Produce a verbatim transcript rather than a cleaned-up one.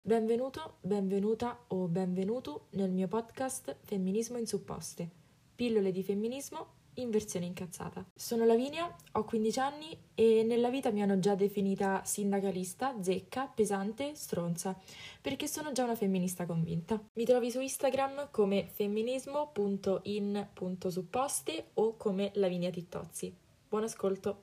Benvenuto, benvenuta o benvenuto nel mio podcast Femminismo in supposte, pillole di femminismo in versione incazzata. Sono Lavinia, ho quindici anni e nella vita mi hanno già definita sindacalista, zecca, pesante, stronza, perché sono già una femminista convinta. Mi trovi su Instagram come femminismo punto in punto supposte o come Lavinia Tittozzi. Buon ascolto!